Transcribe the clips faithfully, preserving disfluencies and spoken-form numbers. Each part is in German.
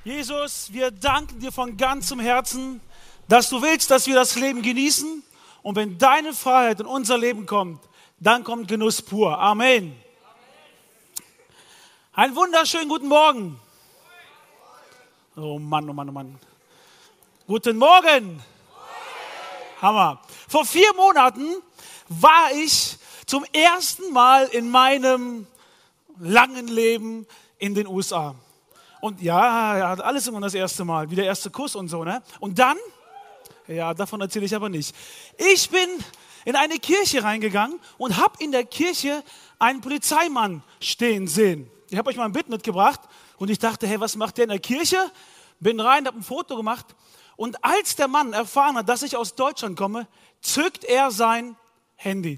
Jesus, wir danken dir von ganzem Herzen, dass du willst, dass wir das Leben genießen. Und wenn deine Freiheit in unser Leben kommt, dann kommt Genuss pur. Amen. Einen wunderschönen guten Morgen. Oh Mann, oh Mann, oh Mann. Guten Morgen. Hammer. Vor vier Monaten war ich zum ersten Mal in meinem langen Leben in den U S A. Und ja, ja, alles immer das erste Mal, wie der erste Kuss und so, ne? Und dann, ja, davon erzähle ich aber nicht. Ich bin in eine Kirche reingegangen und habe in der Kirche einen Polizeimann stehen sehen. Ich habe euch mal ein Bild mitgebracht und ich dachte, hey, was macht der in der Kirche? Bin rein, habe ein Foto gemacht und als der Mann erfahren hat, dass ich aus Deutschland komme, zückt er sein Handy.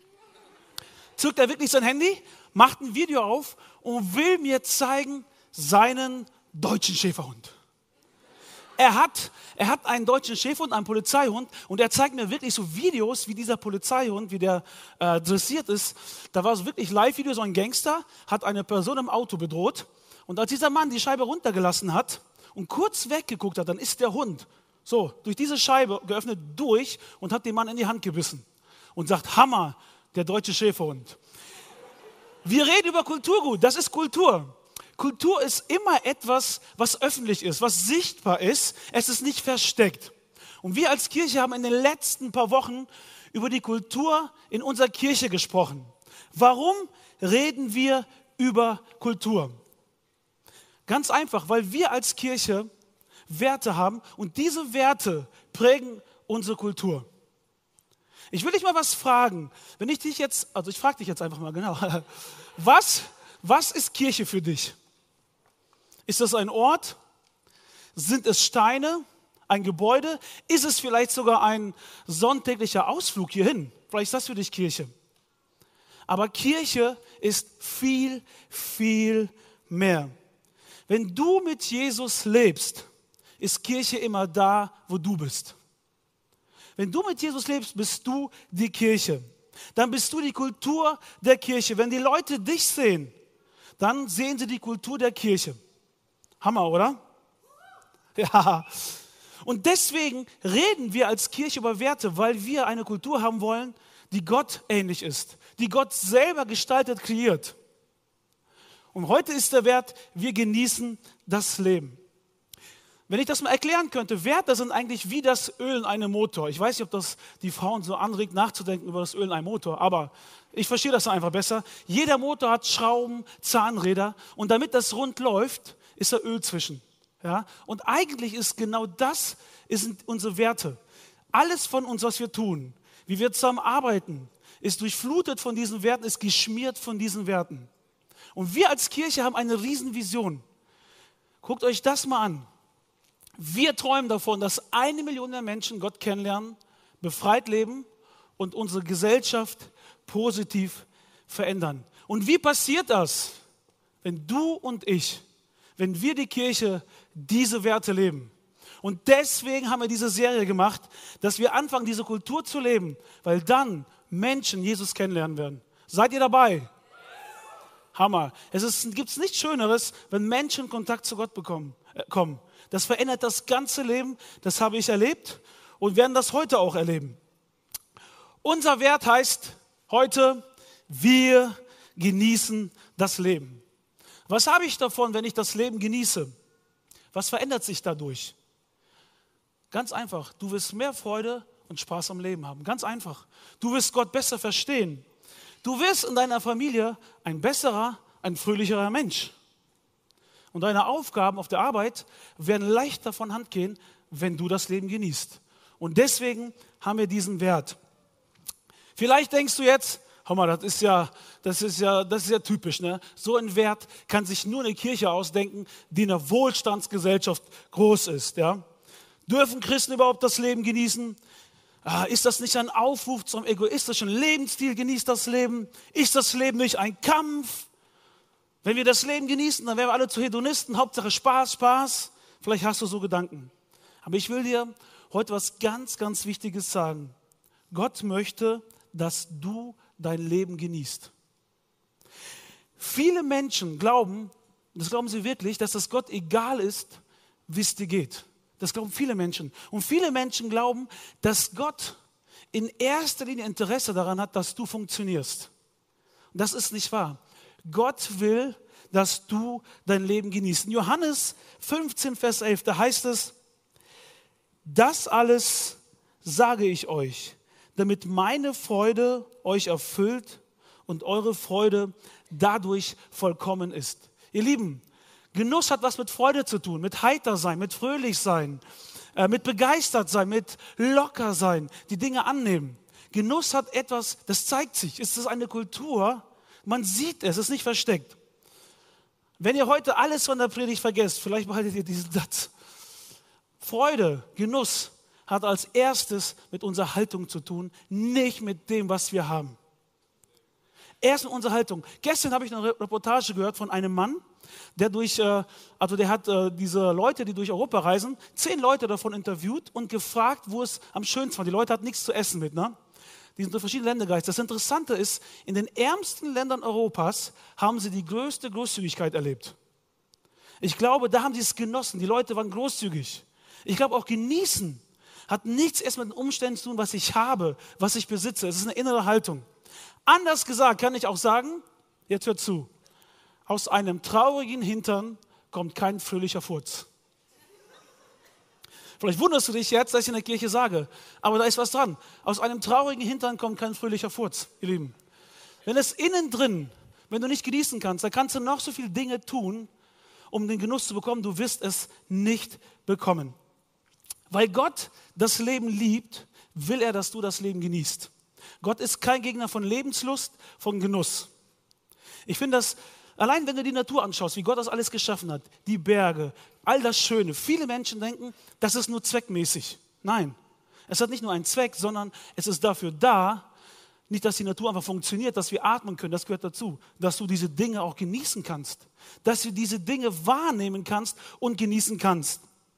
Zückt er wirklich sein Handy, macht ein Video auf und will mir zeigen, seinen deutschen Schäferhund. Er hat, er hat einen deutschen Schäferhund, einen Polizeihund und er zeigt mir wirklich so Videos, wie dieser Polizeihund, wie der äh, dressiert ist. Da war so wirklich Live-Video, so ein Gangster, hat eine Person im Auto bedroht und als dieser Mann die Scheibe runtergelassen hat und kurz weggeguckt hat, dann ist der Hund so durch diese Scheibe geöffnet durch und hat den Mann in die Hand gebissen und sagt, Hammer, der deutsche Schäferhund. Wir reden über Kulturgut, das ist Kultur. Kultur ist immer etwas, was öffentlich ist, was sichtbar ist. Es ist nicht versteckt. Und wir als Kirche haben in den letzten paar Wochen über die Kultur in unserer Kirche gesprochen. Warum reden wir über Kultur? Ganz einfach, weil wir als Kirche Werte haben und diese Werte prägen unsere Kultur. Ich will dich mal was fragen. Wenn ich dich jetzt, also ich frage dich jetzt einfach mal genau, was, was ist Kirche für dich? Ist das ein Ort? Sind es Steine? Ein Gebäude? Ist es vielleicht sogar ein sonntäglicher Ausflug hierhin? Vielleicht ist das für dich Kirche. Aber Kirche ist viel, viel mehr. Wenn du mit Jesus lebst, ist Kirche immer da, wo du bist. Wenn du mit Jesus lebst, bist du die Kirche. Dann bist du die Kultur der Kirche. Wenn die Leute dich sehen, dann sehen sie die Kultur der Kirche. Hammer, oder? Ja. Und deswegen reden wir als Kirche über Werte, weil wir eine Kultur haben wollen, die Gott ähnlich ist, die Gott selber gestaltet, kreiert. Und heute ist der Wert, wir genießen das Leben. Wenn ich das mal erklären könnte, Werte sind eigentlich wie das Öl in einem Motor. Ich weiß nicht, ob das die Frauen so anregt, nachzudenken über das Öl in einem Motor, aber ich verstehe das einfach besser. Jeder Motor hat Schrauben, Zahnräder und damit das rund läuft, ist da Öl zwischen. Ja? Und eigentlich ist genau das sind unsere Werte. Alles von uns, was wir tun, wie wir zusammen arbeiten, ist durchflutet von diesen Werten, ist geschmiert von diesen Werten. Und wir als Kirche haben eine Riesenvision. Guckt euch das mal an. Wir träumen davon, dass eine Million der Menschen Gott kennenlernen, befreit leben und unsere Gesellschaft positiv verändern. Und wie passiert das, wenn du und ich, wenn wir die Kirche diese Werte leben? Und deswegen haben wir diese Serie gemacht, dass wir anfangen, diese Kultur zu leben, weil dann Menschen Jesus kennenlernen werden. Seid ihr dabei? Hammer. Es gibt nichts Schöneres, wenn Menschen Kontakt zu Gott bekommen, äh, kommen. Das verändert das ganze Leben. Das habe ich erlebt und werden das heute auch erleben. Unser Wert heißt heute, wir genießen das Leben. Was habe ich davon, wenn ich das Leben genieße? Was verändert sich dadurch? Ganz einfach, du wirst mehr Freude und Spaß am Leben haben. Ganz einfach. Du wirst Gott besser verstehen. Du wirst in deiner Familie ein besserer, ein fröhlicherer Mensch. Und deine Aufgaben auf der Arbeit werden leichter von Hand gehen, wenn du das Leben genießt. Und deswegen haben wir diesen Wert. Vielleicht denkst du jetzt, hör mal, das ist ja, das ist ja, das ist ja typisch, ne? So ein Wert kann sich nur eine Kirche ausdenken, die in einer Wohlstandsgesellschaft groß ist, ja? Dürfen Christen überhaupt das Leben genießen? Ah, ist das nicht ein Aufruf zum egoistischen Lebensstil? Genießt das Leben? Ist das Leben nicht ein Kampf? Wenn wir das Leben genießen, dann werden wir alle zu Hedonisten. Hauptsache Spaß, Spaß. Vielleicht hast du so Gedanken. Aber ich will dir heute was ganz, ganz Wichtiges sagen. Gott möchte, dass du dein Leben genießt. Viele Menschen glauben, das glauben sie wirklich, dass es Gott egal ist, wie es dir geht. Das glauben viele Menschen. Und viele Menschen glauben, dass Gott in erster Linie Interesse daran hat, dass du funktionierst. Und das ist nicht wahr. Gott will, dass du dein Leben genießt. In Johannes fünfzehn, Vers elf, da heißt es, das alles sage ich euch, damit meine Freude euch erfüllt und eure Freude dadurch vollkommen ist. Ihr Lieben, Genuss hat was mit Freude zu tun, mit heiter sein, mit fröhlich sein, äh, mit begeistert sein, mit locker sein, die Dinge annehmen. Genuss hat etwas, das zeigt sich. Es ist eine Kultur, man sieht es, es ist nicht versteckt. Wenn ihr heute alles von der Predigt vergesst, vielleicht behaltet ihr diesen Satz. Freude, Genuss hat als erstes mit unserer Haltung zu tun, nicht mit dem, was wir haben. Erst mit unserer Haltung. Gestern habe ich eine Reportage gehört von einem Mann, der durch, also der hat diese Leute, die durch Europa reisen, zehn Leute davon interviewt und gefragt, wo es am schönsten war. Die Leute hatten nichts zu essen mit, ne? Die sind durch verschiedene Länder gereist. Das Interessante ist, in den ärmsten Ländern Europas haben sie die größte Großzügigkeit erlebt. Ich glaube, da haben sie es genossen. Die Leute waren großzügig. Ich glaube, auch genießen hat nichts erst mit den Umständen zu tun, was ich habe, was ich besitze. Es ist eine innere Haltung. Anders gesagt kann ich auch sagen, jetzt hört zu, aus einem traurigen Hintern kommt kein fröhlicher Furz. Vielleicht wunderst du dich jetzt, dass ich in der Kirche sage, aber da ist was dran. Aus einem traurigen Hintern kommt kein fröhlicher Furz, ihr Lieben. Wenn es innen drin, wenn du nicht genießen kannst, dann kannst du noch so viele Dinge tun, um den Genuss zu bekommen, du wirst es nicht bekommen. Weil Gott das Leben liebt, will er, dass du das Leben genießt. Gott ist kein Gegner von Lebenslust, von Genuss. Ich finde das, allein wenn du die Natur anschaust, wie Gott das alles geschaffen hat, die Berge, all das Schöne. Viele Menschen denken, das ist nur zweckmäßig. Nein, es hat nicht nur einen Zweck, sondern es ist dafür da, nicht, dass die Natur einfach funktioniert, dass wir atmen können, das gehört dazu, dass du diese Dinge auch genießen kannst, dass du diese Dinge wahrnehmen kannst und genießen kannst.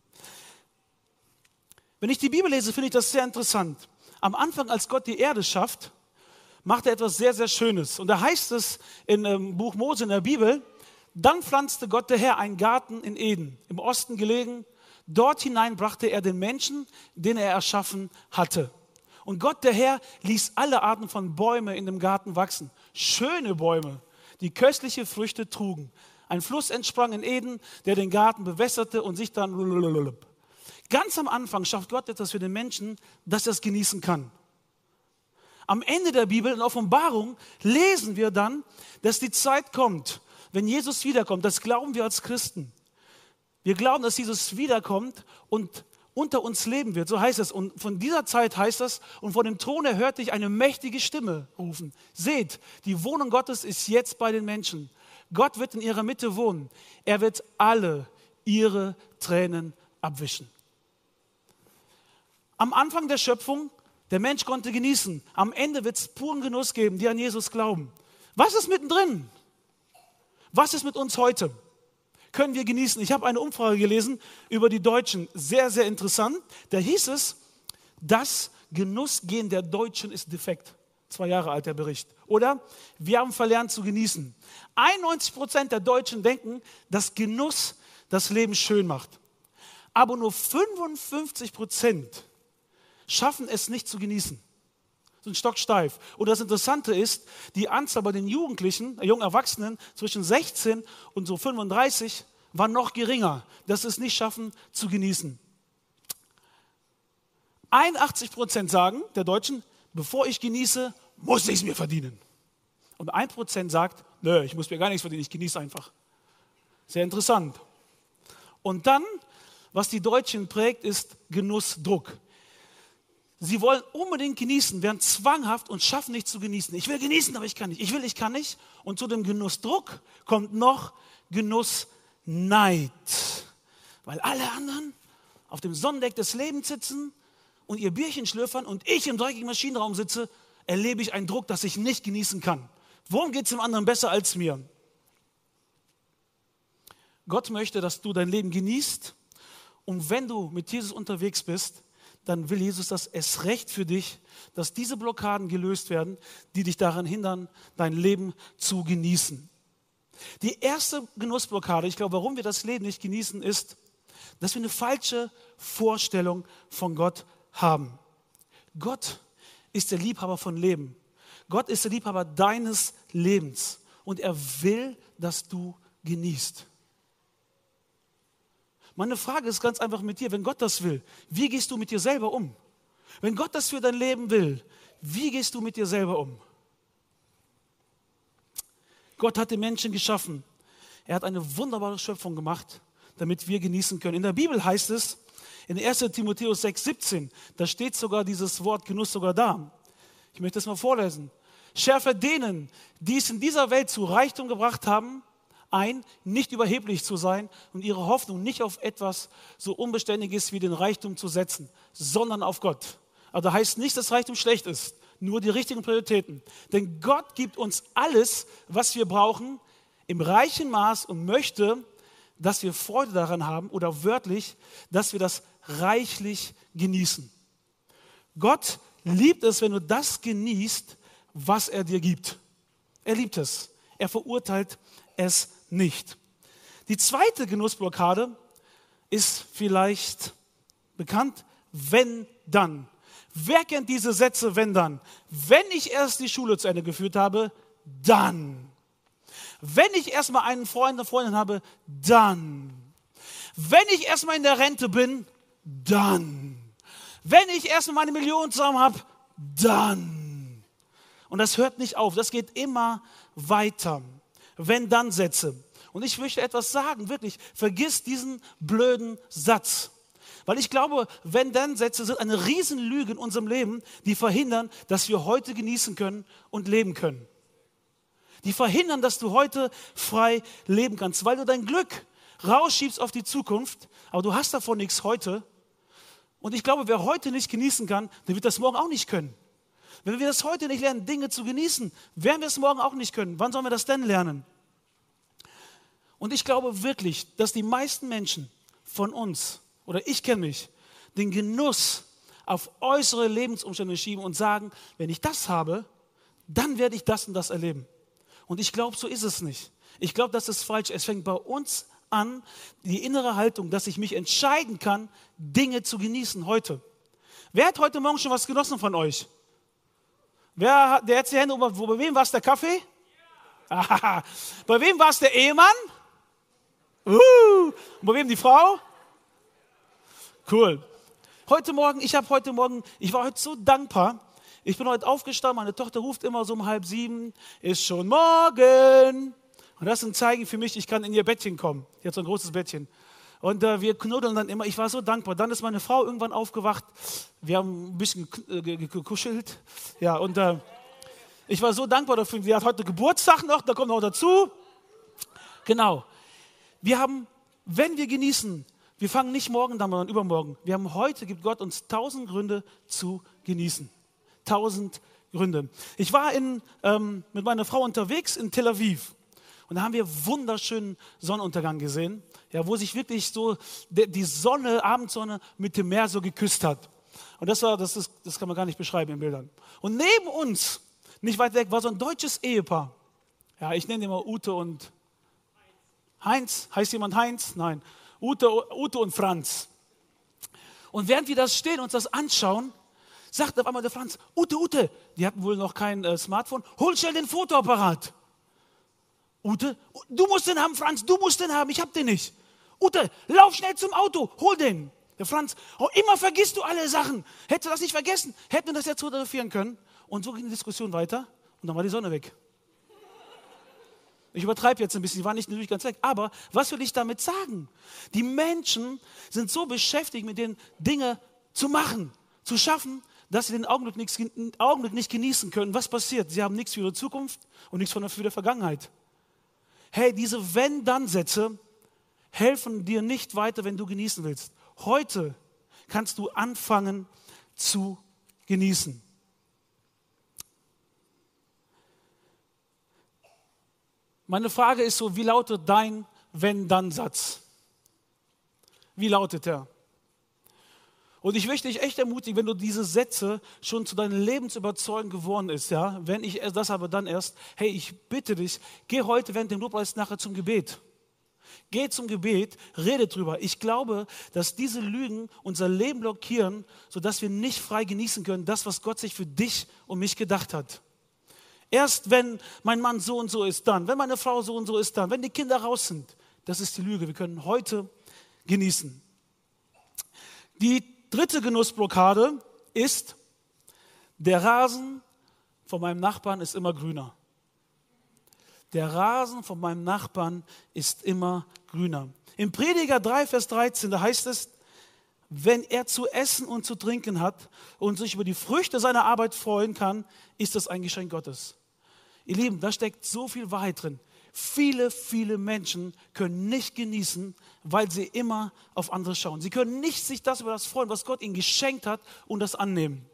Wenn ich die Bibel lese, finde ich das sehr interessant. Am Anfang, als Gott die Erde schafft, macht er etwas sehr, sehr Schönes. Und da heißt es in dem Buch Mose in der Bibel, dann pflanzte Gott der Herr einen Garten in Eden, im Osten gelegen. Dort hinein brachte er den Menschen, den er erschaffen hatte. Und Gott der Herr ließ alle Arten von Bäumen in dem Garten wachsen. Schöne Bäume, die köstliche Früchte trugen. Ein Fluss entsprang in Eden, der den Garten bewässerte und sich dann... Ganz am Anfang schafft Gott etwas für den Menschen, dass er es genießen kann. Am Ende der Bibel, in Offenbarung, lesen wir dann, dass die Zeit kommt, wenn Jesus wiederkommt. Das glauben wir als Christen. Wir glauben, dass Jesus wiederkommt und unter uns leben wird. So heißt es. Und von dieser Zeit heißt es, und von dem Thron her hörte ich eine mächtige Stimme rufen. Seht, die Wohnung Gottes ist jetzt bei den Menschen. Gott wird in ihrer Mitte wohnen. Er wird alle ihre Tränen abwischen. Am Anfang der Schöpfung, der Mensch konnte genießen. Am Ende wird es puren Genuss geben, die an Jesus glauben. Was ist mittendrin? Was ist mit uns heute? Können wir genießen? Ich habe eine Umfrage gelesen über die Deutschen. Sehr, sehr interessant. Da hieß es, das Genussgehen der Deutschen ist defekt. Zwei Jahre alt der Bericht. Oder wir haben verlernt zu genießen. einundneunzig Prozent der Deutschen denken, dass Genuss das Leben schön macht. Aber nur fünfundfünfzig Prozent schaffen es nicht zu genießen. Sind stocksteif. Und das Interessante ist, die Anzahl bei den Jugendlichen, äh, jungen Erwachsenen zwischen sechzehn und so fünfunddreißig war noch geringer, dass sie es nicht schaffen zu genießen. einundachtzig Prozent sagen, der Deutschen, bevor ich genieße, muss ich es mir verdienen. Und ein Prozent sagt, nö, ich muss mir gar nichts verdienen, ich genieße einfach. Sehr interessant. Und dann, was die Deutschen prägt, ist Genussdruck. Sie wollen unbedingt genießen, werden zwanghaft und schaffen nicht zu genießen. Ich will genießen, aber ich kann nicht. Ich will, ich kann nicht. Und zu dem Genussdruck kommt noch Genussneid. Weil alle anderen auf dem Sonnendeck des Lebens sitzen und ihr Bierchen schlürfern und ich im dreckigen Maschinenraum sitze, erlebe ich einen Druck, dass ich nicht genießen kann. Worum geht es dem anderen besser als mir? Gott möchte, dass du dein Leben genießt. Und wenn du mit Jesus unterwegs bist, dann will Jesus das erst recht für dich, dass diese Blockaden gelöst werden, die dich daran hindern, dein Leben zu genießen. Die erste Genussblockade, ich glaube, warum wir das Leben nicht genießen, ist, dass wir eine falsche Vorstellung von Gott haben. Gott ist der Liebhaber von Leben. Gott ist der Liebhaber deines Lebens. Und er will, dass du genießt. Meine Frage ist ganz einfach mit dir, wenn Gott das will, wie gehst du mit dir selber um? Wenn Gott das für dein Leben will, wie gehst du mit dir selber um? Gott hat den Menschen geschaffen. Er hat eine wunderbare Schöpfung gemacht, damit wir genießen können. In der Bibel heißt es, in erster Timotheus sechs siebzehn, da steht sogar dieses Wort Genuss sogar da. Ich möchte das mal vorlesen. Schärfe denen, die es in dieser Welt zu Reichtum gebracht haben, ein, nicht überheblich zu sein und ihre Hoffnung nicht auf etwas so Unbeständiges wie den Reichtum zu setzen, sondern auf Gott. Also heißt nicht, dass Reichtum schlecht ist, nur die richtigen Prioritäten. Denn Gott gibt uns alles, was wir brauchen, im reichen Maß und möchte, dass wir Freude daran haben oder wörtlich, dass wir das reichlich genießen. Gott liebt es, wenn du das genießt, was er dir gibt. Er liebt es. Er verurteilt es nicht. Die zweite Genussblockade ist vielleicht bekannt, wenn dann. Wer kennt diese Sätze, wenn dann? Wenn ich erst die Schule zu Ende geführt habe, dann. Wenn ich erstmal einen Freund, eine Freundin habe, dann. Wenn ich erstmal in der Rente bin, dann. Wenn ich erstmal meine Millionen zusammen habe, dann. Und das hört nicht auf, das geht immer weiter. Wenn-Dann-Sätze. Und ich möchte etwas sagen, wirklich, vergiss diesen blöden Satz. Weil ich glaube, Wenn-Dann-Sätze sind eine Riesenlüge in unserem Leben, die verhindern, dass wir heute genießen können und leben können. Die verhindern, dass du heute frei leben kannst, weil du dein Glück rausschiebst auf die Zukunft, aber du hast davon nichts heute. Und ich glaube, wer heute nicht genießen kann, der wird das morgen auch nicht können. Wenn wir das heute nicht lernen, Dinge zu genießen, werden wir es morgen auch nicht können. Wann sollen wir das denn lernen? Und ich glaube wirklich, dass die meisten Menschen von uns, oder ich kenne mich, den Genuss auf äußere Lebensumstände schieben und sagen, wenn ich das habe, dann werde ich das und das erleben. Und ich glaube, so ist es nicht. Ich glaube, das ist falsch. Es fängt bei uns an, die innere Haltung, dass ich mich entscheiden kann, Dinge zu genießen heute. Wer hat heute Morgen schon was genossen von euch? Wer hat, der hat die Hände oben, bei wem war es der Kaffee? Ja. Bei wem war es der Ehemann? Uh. Und bei wem die Frau? Cool. Heute Morgen, ich habe heute Morgen, ich war heute so dankbar. Ich bin heute aufgestanden, meine Tochter ruft immer so um halb sieben, ist schon morgen. Und das ist ein Zeichen für mich, ich kann in ihr Bettchen kommen. Die hat so ein großes Bettchen. Und äh, wir knuddeln dann immer, ich war so dankbar. Dann ist meine Frau irgendwann aufgewacht, wir haben ein bisschen äh, gekuschelt. Ja, und äh, ich war so dankbar dafür, sie hat heute Geburtstag noch, da kommt noch dazu. Genau. Wir haben, wenn wir genießen, wir fangen nicht morgen an, sondern übermorgen. Wir haben heute, gibt Gott uns tausend Gründe zu genießen. Tausend Gründe. Ich war in, ähm, mit meiner Frau unterwegs in Tel Aviv und da haben wir wunderschönen Sonnenuntergang gesehen, ja, wo sich wirklich so de, die Sonne, Abendsonne mit dem Meer so geküsst hat. Und das war, das ist, das kann man gar nicht beschreiben in Bildern. Und neben uns, nicht weit weg, war so ein deutsches Ehepaar. Ja, ich nenne die mal Ute und Heinz. Heißt jemand Heinz? Nein. Ute, Ute und Franz. Und während wir das stehen und uns das anschauen, sagt auf einmal der Franz, Ute, Ute, die hatten wohl noch kein äh, Smartphone, hol schnell den Fotoapparat. Ute, du musst den haben, Franz, du musst den haben, ich hab den nicht. Ute, lauf schnell zum Auto, hol den. Der Franz, oh, immer vergisst du alle Sachen. Hättest du das nicht vergessen, hätten wir das jetzt fotografieren können. Und so ging die Diskussion weiter und dann war die Sonne weg. Ich übertreibe jetzt ein bisschen, die war nicht natürlich ganz weg. Aber was will ich damit sagen? Die Menschen sind so beschäftigt mit den Dingen zu machen, zu schaffen, dass sie den Augenblick, nichts, den Augenblick nicht genießen können. Was passiert? Sie haben nichts für ihre Zukunft und nichts für die Vergangenheit. Hey, diese Wenn-Dann-Sätze helfen dir nicht weiter, wenn du genießen willst. Heute kannst du anfangen zu genießen. Meine Frage ist so, wie lautet dein Wenn-Dann-Satz? Wie lautet er? Und ich möchte dich echt ermutigen, wenn du diese Sätze schon zu deinem Lebensüberzeugen geworden ist, ja, wenn ich das aber dann erst, hey, ich bitte dich, geh heute während dem Lobpreis nachher zum Gebet. Geh zum Gebet, rede drüber. Ich glaube, dass diese Lügen unser Leben blockieren, sodass wir nicht frei genießen können, das, was Gott sich für dich und mich gedacht hat. Erst wenn mein Mann so und so ist, dann. Wenn meine Frau so und so ist, dann. Wenn die Kinder raus sind. Das ist die Lüge. Wir können heute genießen. Die dritte Genussblockade ist, der Rasen von meinem Nachbarn ist immer grüner. Der Rasen von meinem Nachbarn ist immer grüner. Im Prediger drei, Vers dreizehn, da heißt es, wenn er zu essen und zu trinken hat und sich über die Früchte seiner Arbeit freuen kann, ist das ein Geschenk Gottes. Ihr Lieben, da steckt so viel Wahrheit drin. Viele, viele Menschen können nicht genießen, weil sie immer auf andere schauen. Sie können nicht sich das über das freuen, was Gott ihnen geschenkt hat, und das annehmen.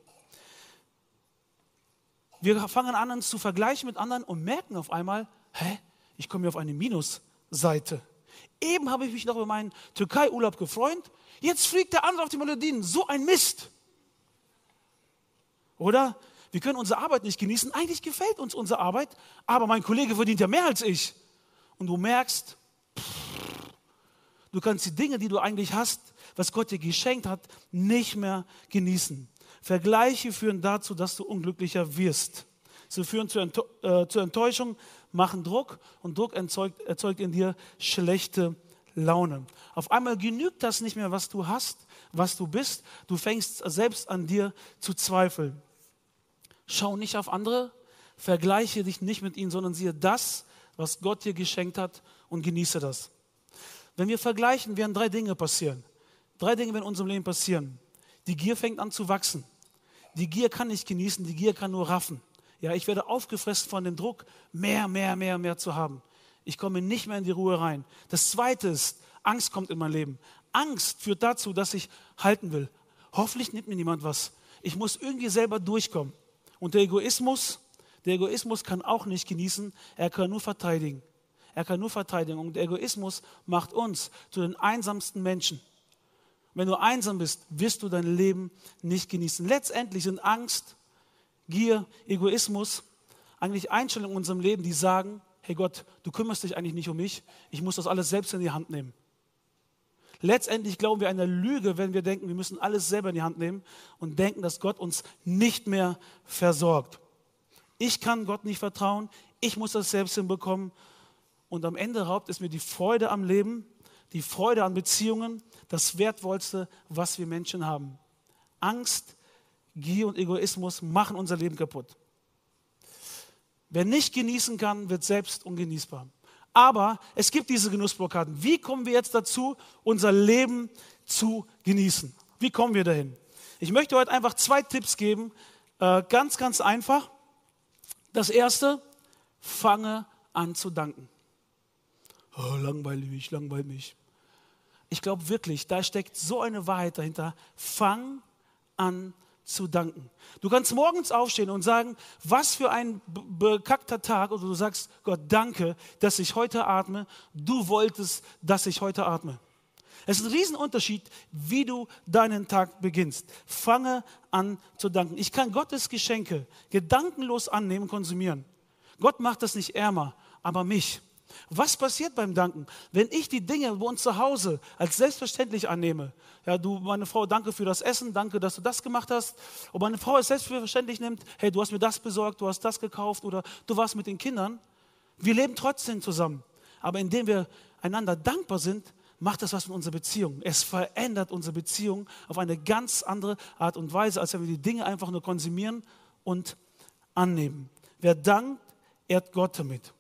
Wir fangen an, uns zu vergleichen mit anderen und merken auf einmal, hä, ich komme hier auf eine Minusseite. Eben habe ich mich noch über meinen Türkei-Urlaub gefreut, jetzt fliegt der andere auf die Malediven. So ein Mist. Oder? Wir können unsere Arbeit nicht genießen. Eigentlich gefällt uns unsere Arbeit, aber mein Kollege verdient ja mehr als ich. Und du merkst, du kannst die Dinge, die du eigentlich hast, was Gott dir geschenkt hat, nicht mehr genießen. Vergleiche führen dazu, dass du unglücklicher wirst. Sie führen zur, Ento- äh, zur Enttäuschung, machen Druck, und Druck erzeugt, erzeugt in dir schlechte Laune. Auf einmal genügt das nicht mehr, was du hast, was du bist. Du fängst selbst an dir zu zweifeln. Schau nicht auf andere, vergleiche dich nicht mit ihnen, sondern siehe das, was Gott dir geschenkt hat, und genieße das. Wenn wir vergleichen, werden drei Dinge passieren. Drei Dinge werden in unserem Leben passieren. Die Gier fängt an zu wachsen. Die Gier kann nicht genießen, die Gier kann nur raffen. Ja, ich werde aufgefressen von dem Druck, mehr, mehr, mehr, mehr zu haben. Ich komme nicht mehr in die Ruhe rein. Das Zweite ist, Angst kommt in mein Leben. Angst führt dazu, dass ich halten will. Hoffentlich nimmt mir niemand was. Ich muss irgendwie selber durchkommen. Und der Egoismus, der Egoismus kann auch nicht genießen, er kann nur verteidigen. Er kann nur verteidigen. Und der Egoismus macht uns zu den einsamsten Menschen. Wenn du einsam bist, wirst du dein Leben nicht genießen. Letztendlich sind Angst, Gier, Egoismus eigentlich Einstellungen in unserem Leben, die sagen, hey Gott, du kümmerst dich eigentlich nicht um mich, ich muss das alles selbst in die Hand nehmen. Letztendlich glauben wir einer Lüge, wenn wir denken, wir müssen alles selber in die Hand nehmen und denken, dass Gott uns nicht mehr versorgt. Ich kann Gott nicht vertrauen, ich muss das selbst hinbekommen, und am Ende raubt es mir die Freude am Leben, die Freude an Beziehungen, das Wertvollste, was wir Menschen haben. Angst, Gier und Egoismus machen unser Leben kaputt. Wer nicht genießen kann, wird selbst ungenießbar. Aber es gibt diese Genussblockaden. Wie kommen wir jetzt dazu, unser Leben zu genießen? Wie kommen wir dahin? Ich möchte heute einfach zwei Tipps geben, äh, ganz, ganz einfach. Das erste, fange an zu danken. Oh, langweilig mich, langweilig mich. Ich glaube wirklich, da steckt so eine Wahrheit dahinter. Fang an zu danken. Du kannst morgens aufstehen und sagen, was für ein be- bekackter Tag, oder du sagst, Gott, danke, dass ich heute atme. Du wolltest, dass ich heute atme. Es ist ein Riesenunterschied, wie du deinen Tag beginnst. Fange an zu danken. Ich kann Gottes Geschenke gedankenlos annehmen und konsumieren. Gott macht das nicht ärmer, aber mich. Was passiert beim Danken? Wenn ich die Dinge bei uns zu Hause als selbstverständlich annehme, ja, du, meine Frau, danke für das Essen, danke, dass du das gemacht hast, und meine Frau es selbstverständlich nimmt, hey, du hast mir das besorgt, du hast das gekauft, oder du warst mit den Kindern, wir leben trotzdem zusammen. Aber indem wir einander dankbar sind, macht das was mit unserer Beziehung. Es verändert unsere Beziehung auf eine ganz andere Art und Weise, als wenn wir die Dinge einfach nur konsumieren und annehmen. Wer dankt, ehrt Gott damit.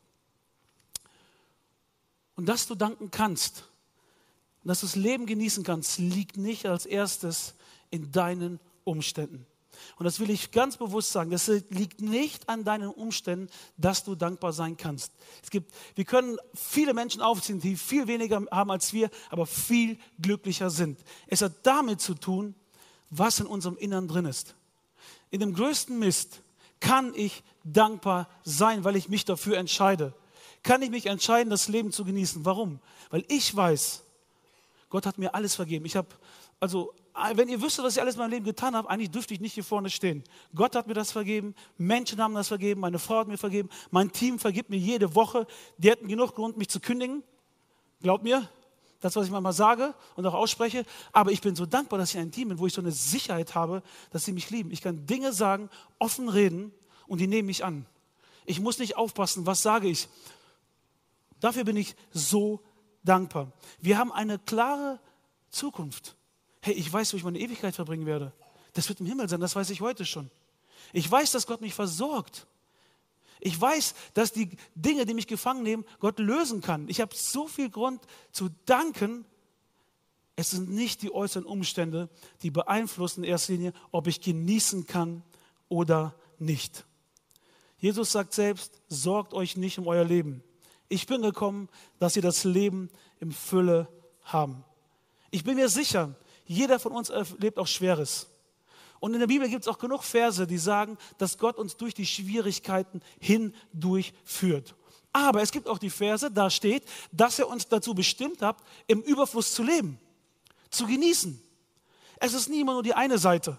Und dass du danken kannst, dass du das Leben genießen kannst, liegt nicht als erstes in deinen Umständen. Und das will ich ganz bewusst sagen, das liegt nicht an deinen Umständen, dass du dankbar sein kannst. Es gibt, wir können viele Menschen aufziehen, die viel weniger haben als wir, aber viel glücklicher sind. Es hat damit zu tun, was in unserem Innern drin ist. In dem größten Mist kann ich dankbar sein, weil ich mich dafür entscheide. Kann ich mich entscheiden, das Leben zu genießen. Warum? Weil ich weiß, Gott hat mir alles vergeben. Ich habe, also, wenn ihr wüsstet, was ich alles in meinem Leben getan habe, eigentlich dürfte ich nicht hier vorne stehen. Gott hat mir das vergeben, Menschen haben das vergeben, meine Frau hat mir vergeben, mein Team vergibt mir jede Woche. Die hätten genug Grund, mich zu kündigen. Glaub mir, das, was ich manchmal sage und auch ausspreche, aber ich bin so dankbar, dass ich ein Team bin, wo ich so eine Sicherheit habe, dass sie mich lieben. Ich kann Dinge sagen, offen reden und die nehmen mich an. Ich muss nicht aufpassen, was sage ich. Dafür bin ich so dankbar. Wir haben eine klare Zukunft. Hey, ich weiß, wo ich meine Ewigkeit verbringen werde. Das wird im Himmel sein, das weiß ich heute schon. Ich weiß, dass Gott mich versorgt. Ich weiß, dass die Dinge, die mich gefangen nehmen, Gott lösen kann. Ich habe so viel Grund zu danken. Es sind nicht die äußeren Umstände, die beeinflussen in erster Linie, ob ich genießen kann oder nicht. Jesus sagt selbst, sorgt euch nicht um euer Leben. Ich bin gekommen, dass ihr das Leben in Fülle haben. Ich bin mir sicher, jeder von uns erlebt auch Schweres. Und in der Bibel gibt es auch genug Verse, die sagen, dass Gott uns durch die Schwierigkeiten hindurch führt. Aber es gibt auch die Verse, da steht, dass er uns dazu bestimmt hat, im Überfluss zu leben, zu genießen. Es ist nie immer nur die eine Seite.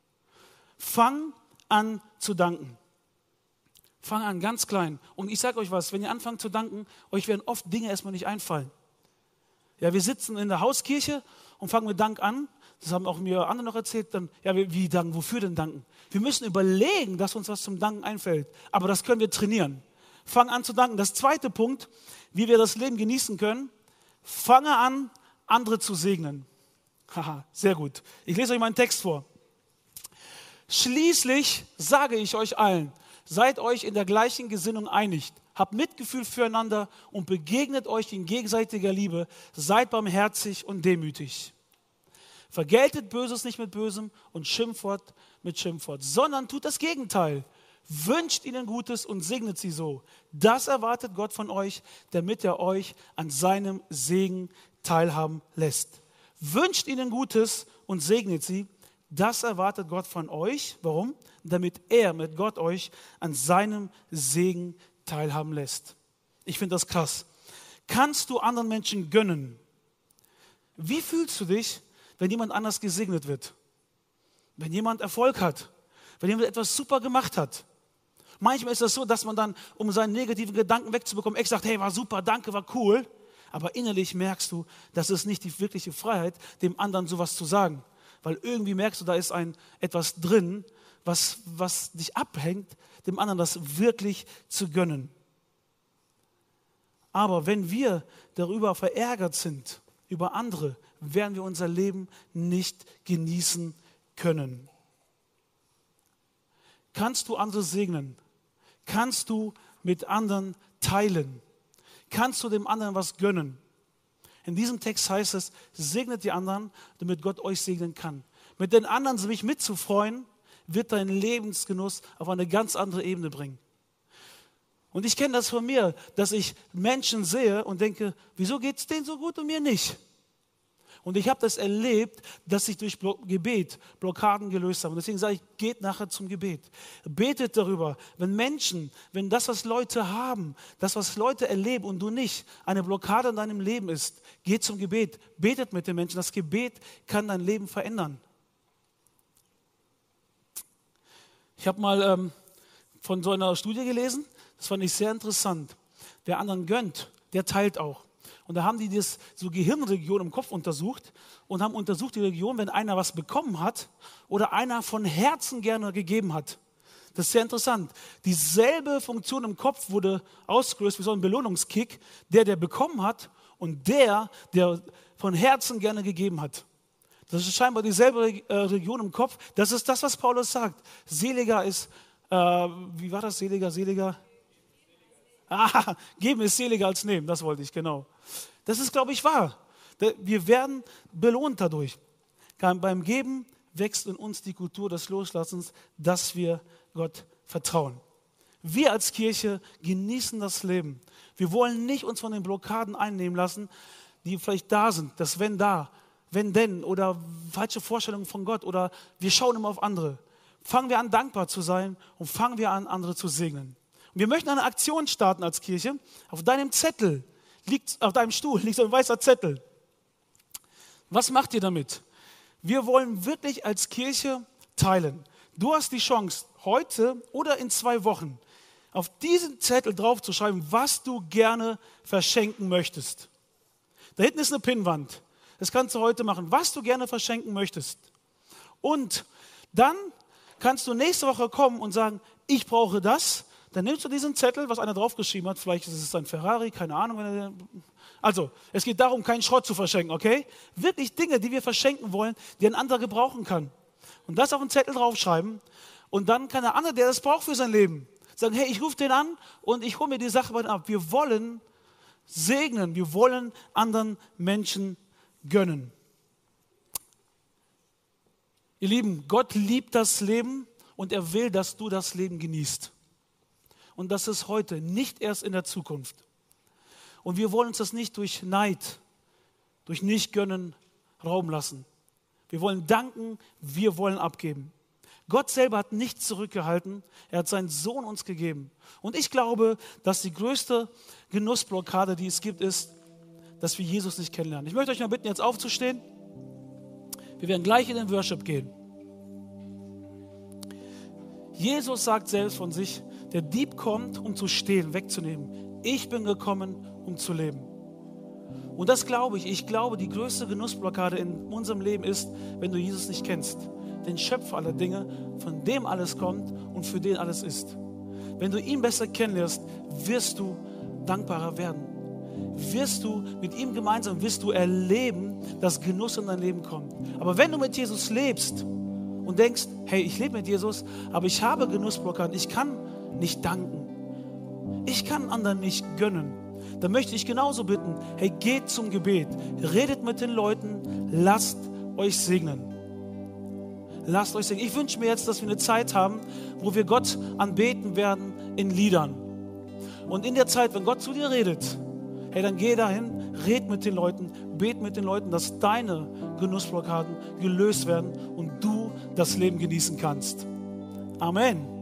Fang an zu danken. Fang an, ganz klein. Und ich sage euch was, wenn ihr anfangt zu danken, euch werden oft Dinge erstmal nicht einfallen. Ja, wir sitzen in der Hauskirche und fangen mit Dank an. Das haben auch mir andere noch erzählt. Dann, ja, wie danken? Wofür denn danken? Wir müssen überlegen, dass uns was zum Danken einfällt. Aber das können wir trainieren. Fang an zu danken. Das zweite Punkt, wie wir das Leben genießen können, fange an, andere zu segnen. Haha, sehr gut. Ich lese euch mal einen Text vor. Schließlich sage ich euch allen, seid euch in der gleichen Gesinnung einig. Habt Mitgefühl füreinander und begegnet euch in gegenseitiger Liebe. Seid barmherzig und demütig. Vergeltet Böses nicht mit Bösem und Schimpfwort mit Schimpfwort, sondern tut das Gegenteil. Wünscht ihnen Gutes und segnet sie so. Das erwartet Gott von euch, damit er euch an seinem Segen teilhaben lässt. Wünscht ihnen Gutes und segnet sie. Das erwartet Gott von euch. Warum? Damit er mit Gott euch an seinem Segen teilhaben lässt. Ich finde das krass. Kannst du anderen Menschen gönnen? Wie fühlst du dich, wenn jemand anders gesegnet wird? Wenn jemand Erfolg hat? Wenn jemand etwas super gemacht hat? Manchmal ist das so, dass man dann, um seinen negativen Gedanken wegzubekommen, echt sagt, hey, war super, danke, war cool. Aber innerlich merkst du, das ist nicht die wirkliche Freiheit, dem anderen sowas zu sagen. Weil irgendwie merkst du, da ist ein etwas drin, was, was dich abhängt, dem anderen das wirklich zu gönnen. Aber wenn wir darüber verärgert sind, über andere, werden wir unser Leben nicht genießen können. Kannst du andere segnen? Kannst du mit anderen teilen? Kannst du dem anderen was gönnen? In diesem Text heißt es, segnet die anderen, damit Gott euch segnen kann. Mit den anderen sich mitzufreuen, wird dein Lebensgenuss auf eine ganz andere Ebene bringen. Und ich kenne das von mir, dass ich Menschen sehe und denke, wieso geht es denen so gut und mir nicht? Und ich habe das erlebt, dass sich durch Gebet Blockaden gelöst haben. Und deswegen sage ich, geht nachher zum Gebet. Betet darüber, wenn Menschen, wenn das, was Leute haben, das, was Leute erleben und du nicht, eine Blockade in deinem Leben ist, geht zum Gebet. Betet mit den Menschen. Das Gebet kann dein Leben verändern. Ich habe mal ähm, von so einer Studie gelesen, das fand ich sehr interessant. Wer anderen gönnt, der teilt auch. Und da haben die das, so Gehirnregionen im Kopf untersucht und haben untersucht die Region, wenn einer was bekommen hat oder einer von Herzen gerne gegeben hat. Das ist sehr interessant. Dieselbe Funktion im Kopf wurde ausgelöst wie so ein Belohnungskick, der, der bekommen hat und der, der von Herzen gerne gegeben hat. Das ist scheinbar dieselbe äh, Region im Kopf. Das ist das, was Paulus sagt. Seliger ist, äh, wie war das, seliger, seliger? Ah, geben ist seliger als nehmen, das wollte ich, genau. Das ist, glaube ich, wahr. Wir werden belohnt dadurch. Beim Geben wächst in uns die Kultur des Loslassens, dass wir Gott vertrauen. Wir als Kirche genießen das Leben. Wir wollen nicht uns von den Blockaden einnehmen lassen, die vielleicht da sind, das wenn da, wenn denn oder falsche Vorstellungen von Gott oder wir schauen immer auf andere. Fangen wir an, dankbar zu sein und fangen wir an, andere zu segnen. Wir möchten eine Aktion starten als Kirche. Auf deinem Zettel liegt, auf deinem Stuhl liegt so ein weißer Zettel. Was macht ihr damit? Wir wollen wirklich als Kirche teilen. Du hast die Chance, heute oder in zwei Wochen auf diesen Zettel draufzuschreiben, was du gerne verschenken möchtest. Da hinten ist eine Pinnwand. Das kannst du heute machen, was du gerne verschenken möchtest. Und dann kannst du nächste Woche kommen und sagen, ich brauche das. Dann nimmst du diesen Zettel, was einer draufgeschrieben hat. Vielleicht ist es ein Ferrari, keine Ahnung. Also, es geht darum, keinen Schrott zu verschenken, okay? Wirklich Dinge, die wir verschenken wollen, die ein anderer gebrauchen kann. Und das auf einen Zettel draufschreiben. Und dann kann der andere, der das braucht für sein Leben, sagen, hey, ich rufe den an und ich hole mir die Sache bei dem ab. Wir wollen segnen, wir wollen anderen Menschen gönnen. Ihr Lieben, Gott liebt das Leben und er will, dass du das Leben genießt. Und das ist heute, nicht erst in der Zukunft. Und wir wollen uns das nicht durch Neid, durch Nicht-Gönnen rauben lassen. Wir wollen danken, wir wollen abgeben. Gott selber hat nichts zurückgehalten, er hat seinen Sohn uns gegeben. Und ich glaube, dass die größte Genussblockade, die es gibt, ist, dass wir Jesus nicht kennenlernen. Ich möchte euch mal bitten, jetzt aufzustehen. Wir werden gleich in den Worship gehen. Jesus sagt selbst von sich, der Dieb kommt, um zu stehlen, wegzunehmen. Ich bin gekommen, um zu leben. Und das glaube ich. Ich glaube, die größte Genussblockade in unserem Leben ist, wenn du Jesus nicht kennst. Den Schöpfer aller Dinge, von dem alles kommt und für den alles ist. Wenn du ihn besser kennenlernst, wirst du dankbarer werden. Wirst du mit ihm gemeinsam, wirst du erleben, dass Genuss in dein Leben kommt. Aber wenn du mit Jesus lebst und denkst, hey, ich lebe mit Jesus, aber ich habe Genussblockaden, ich kann nicht danken, ich kann anderen nicht gönnen, dann möchte ich genauso bitten, hey, geht zum Gebet, redet mit den Leuten, lasst euch segnen. Lasst euch segnen. Ich wünsche mir jetzt, dass wir eine Zeit haben, wo wir Gott anbeten werden in Liedern. Und in der Zeit, wenn Gott zu dir redet, hey, dann geh dahin, red mit den Leuten, bet mit den Leuten, dass deine Genussblockaden gelöst werden und du das Leben genießen kannst. Amen.